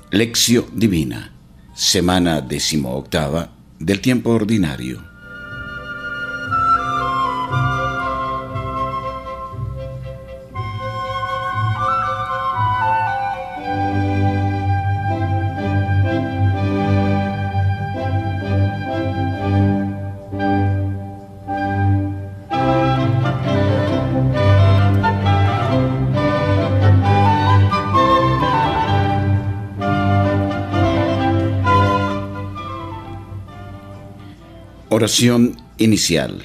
Lección Divina, semana 18ª del tiempo ordinario. Oración inicial.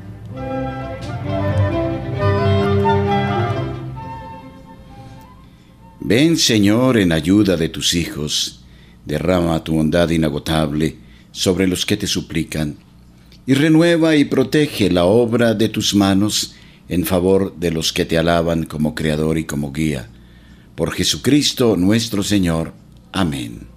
Ven, Señor, en ayuda de tus hijos, derrama tu bondad inagotable sobre los que te suplican, y renueva y protege la obra de tus manos en favor de los que te alaban como Creador y como Guía. Por Jesucristo nuestro Señor. Amén.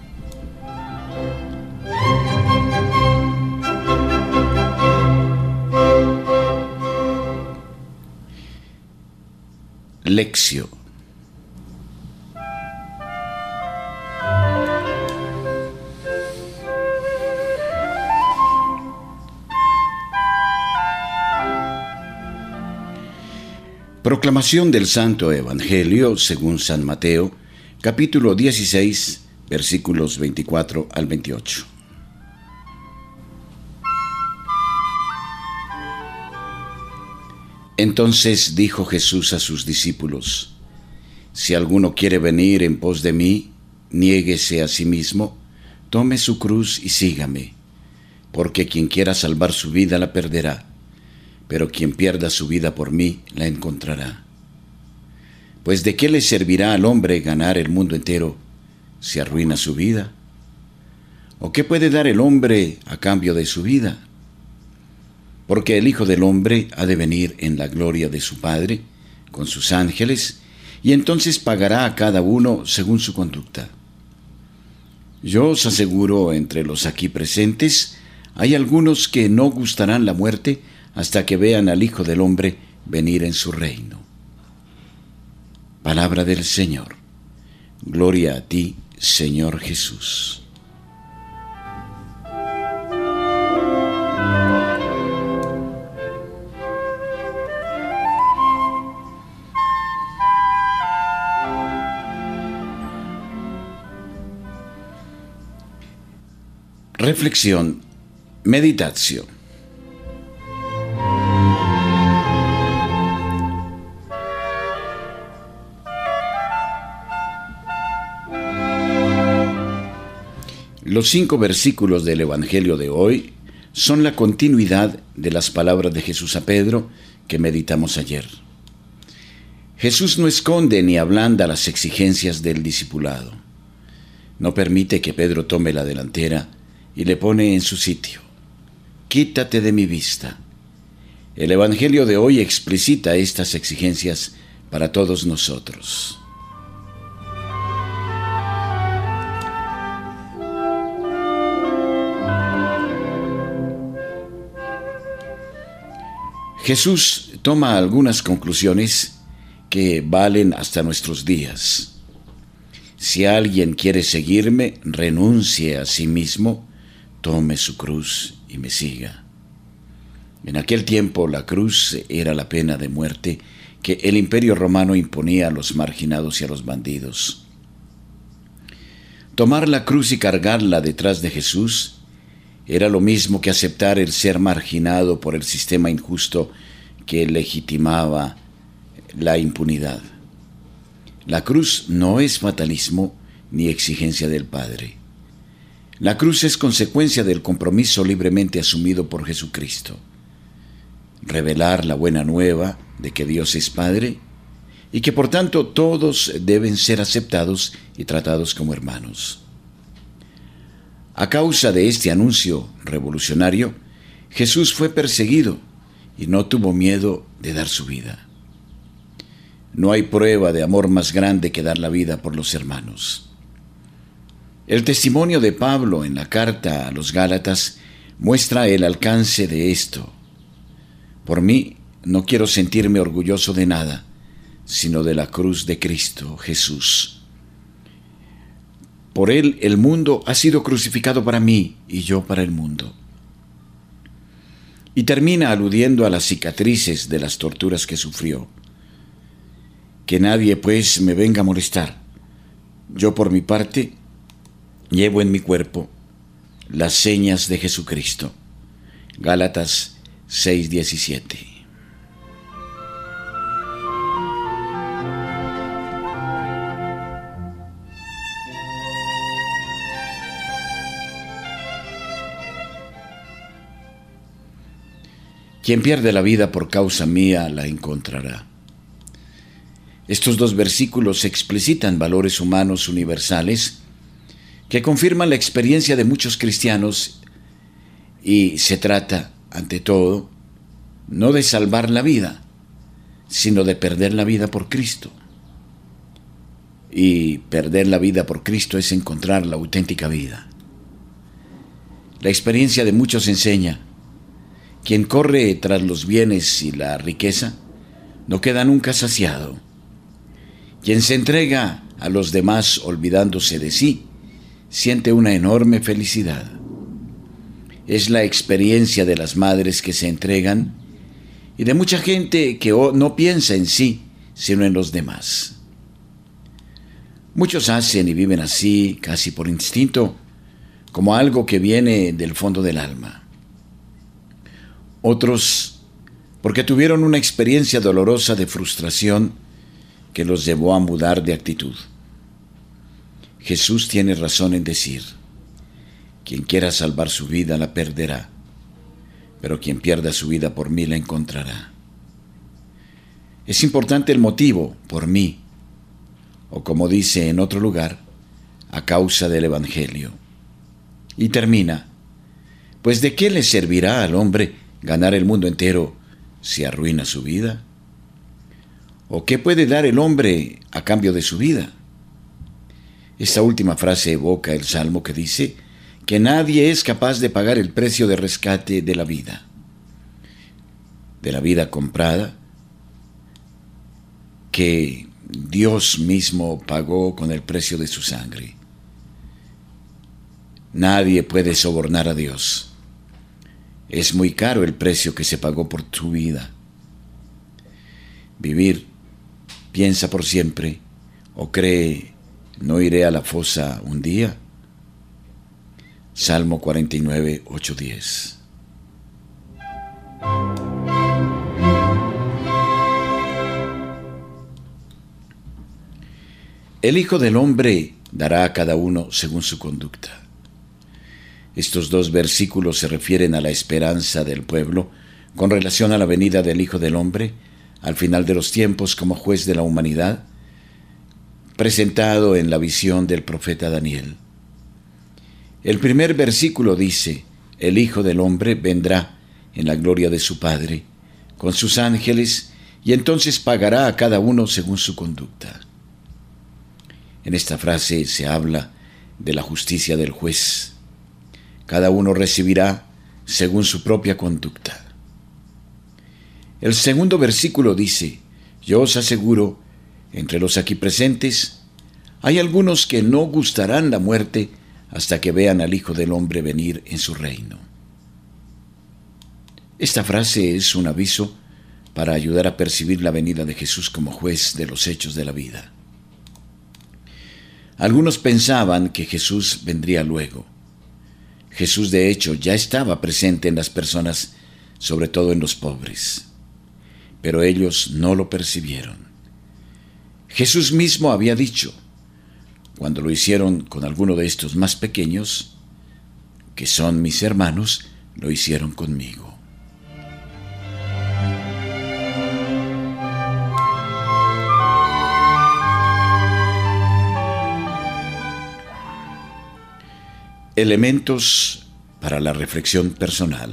Lección. Proclamación del Santo Evangelio según San Mateo, capítulo 16, versículos 24 al 28. Entonces dijo Jesús a sus discípulos: Si alguno quiere venir en pos de mí, niéguese a sí mismo, tome su cruz y sígame. Porque quien quiera salvar su vida la perderá, pero quien pierda su vida por mí la encontrará. Pues ¿de qué le servirá al hombre ganar el mundo entero si arruina su vida? ¿O qué puede dar el hombre a cambio de su vida? Porque el Hijo del Hombre ha de venir en la gloria de su Padre, con sus ángeles, y entonces pagará a cada uno según su conducta. Yo os aseguro, entre los aquí presentes, hay algunos que no gustarán la muerte hasta que vean al Hijo del Hombre venir en su reino. Palabra del Señor. Gloria a ti, Señor Jesús. Reflexión, meditación. Los 5 versículos del Evangelio de hoy son la continuidad de las palabras de Jesús a Pedro que meditamos ayer. Jesús no esconde ni ablanda las exigencias del discipulado. No permite que Pedro tome la delantera y le pone en su sitio. Quítate de mi vista. El Evangelio de hoy explicita estas exigencias para todos nosotros. Jesús toma algunas conclusiones que valen hasta nuestros días. Si alguien quiere seguirme, renuncie a sí mismo, tome su cruz y me siga. En aquel tiempo la cruz era la pena de muerte que el Imperio Romano imponía a los marginados y a los bandidos. Tomar la cruz y cargarla detrás de Jesús era lo mismo que aceptar el ser marginado por el sistema injusto que legitimaba la impunidad. La cruz no es fatalismo ni exigencia del Padre. La cruz es consecuencia del compromiso libremente asumido por Jesucristo. Revelar la buena nueva de que Dios es Padre y que por tanto todos deben ser aceptados y tratados como hermanos. A causa de este anuncio revolucionario, Jesús fue perseguido y no tuvo miedo de dar su vida. No hay prueba de amor más grande que dar la vida por los hermanos. El testimonio de Pablo en la carta a los Gálatas muestra el alcance de esto. Por mí, no quiero sentirme orgulloso de nada, sino de la cruz de Cristo Jesús. Por él el mundo ha sido crucificado para mí y yo para el mundo. Y termina aludiendo a las cicatrices de las torturas que sufrió. Que nadie pues me venga a molestar. Yo por mi parte llevo en mi cuerpo las señas de Jesucristo. Gálatas 6:17. Quien pierde la vida por causa mía la encontrará. Estos dos versículos explicitan valores humanos universales que confirman la experiencia de muchos cristianos y se trata, ante todo, no de salvar la vida, sino de perder la vida por Cristo. Y perder la vida por Cristo es encontrar la auténtica vida. La experiencia de muchos enseña: quien corre tras los bienes y la riqueza no queda nunca saciado. Quien se entrega a los demás olvidándose de sí, siente una enorme felicidad. Es la experiencia de las madres que se entregan y de mucha gente que no piensa en sí, sino en los demás. Muchos hacen y viven así, casi por instinto, como algo que viene del fondo del alma. Otros, porque tuvieron una experiencia dolorosa de frustración que los llevó a mudar de actitud. Jesús tiene razón en decir: quien quiera salvar su vida la perderá, pero quien pierda su vida por mí la encontrará. Es importante el motivo, por mí, o como dice en otro lugar, a causa del Evangelio. Y termina: pues ¿de qué le servirá al hombre ganar el mundo entero si arruina su vida? ¿O qué puede dar el hombre a cambio de su vida? Esta última frase evoca el Salmo que dice que nadie es capaz de pagar el precio de rescate de la vida comprada, que Dios mismo pagó con el precio de su sangre. Nadie puede sobornar a Dios. Es muy caro el precio que se pagó por tu vida. Vivir, piensa por siempre, o cree, ¿no iré a la fosa un día? Salmo 49, 8-10. El Hijo del Hombre dará a cada uno según su conducta. Estos dos versículos se refieren a la esperanza del pueblo con relación a la venida del Hijo del Hombre al final de los tiempos como juez de la humanidad, presentado en la visión del profeta Daniel. El primer versículo dice: el Hijo del Hombre vendrá en la gloria de su Padre con sus ángeles y entonces pagará a cada uno según su conducta. En esta frase se habla de la justicia del juez. Cada uno recibirá según su propia conducta. El segundo versículo dice: yo os aseguro, entre los aquí presentes, hay algunos que no gustarán la muerte hasta que vean al Hijo del Hombre venir en su reino. Esta frase es un aviso para ayudar a percibir la venida de Jesús como juez de los hechos de la vida. Algunos pensaban que Jesús vendría luego. Jesús, de hecho, ya estaba presente en las personas, sobre todo en los pobres, pero ellos no lo percibieron. Jesús mismo había dicho, cuando lo hicieron con alguno de estos más pequeños, que son mis hermanos, lo hicieron conmigo. Elementos para la reflexión personal.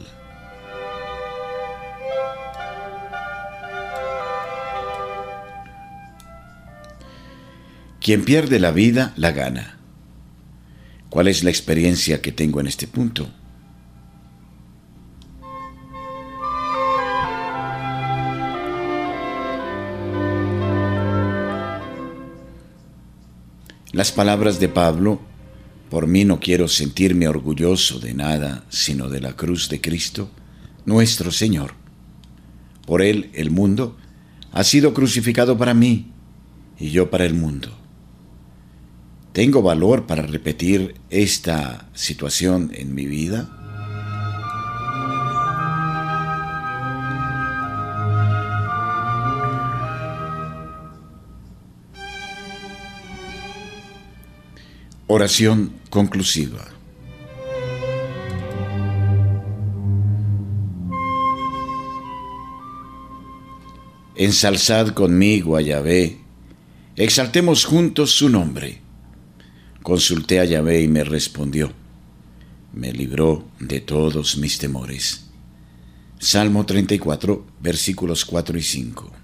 Quien pierde la vida, la gana. ¿Cuál es la experiencia que tengo en este punto? Las palabras de Pablo Por mí no quiero sentirme orgulloso de nada, sino de la cruz de Cristo, nuestro Señor. Por Él el mundo ha sido crucificado para mí y yo para el mundo. ¿Tengo valor para repetir esta situación en mi vida? Oración conclusiva. Ensalzad conmigo a Yahvé, exaltemos juntos su nombre. Consulté a Yahvé y me respondió, me libró de todos mis temores. Salmo 34, versículos 4 y 5.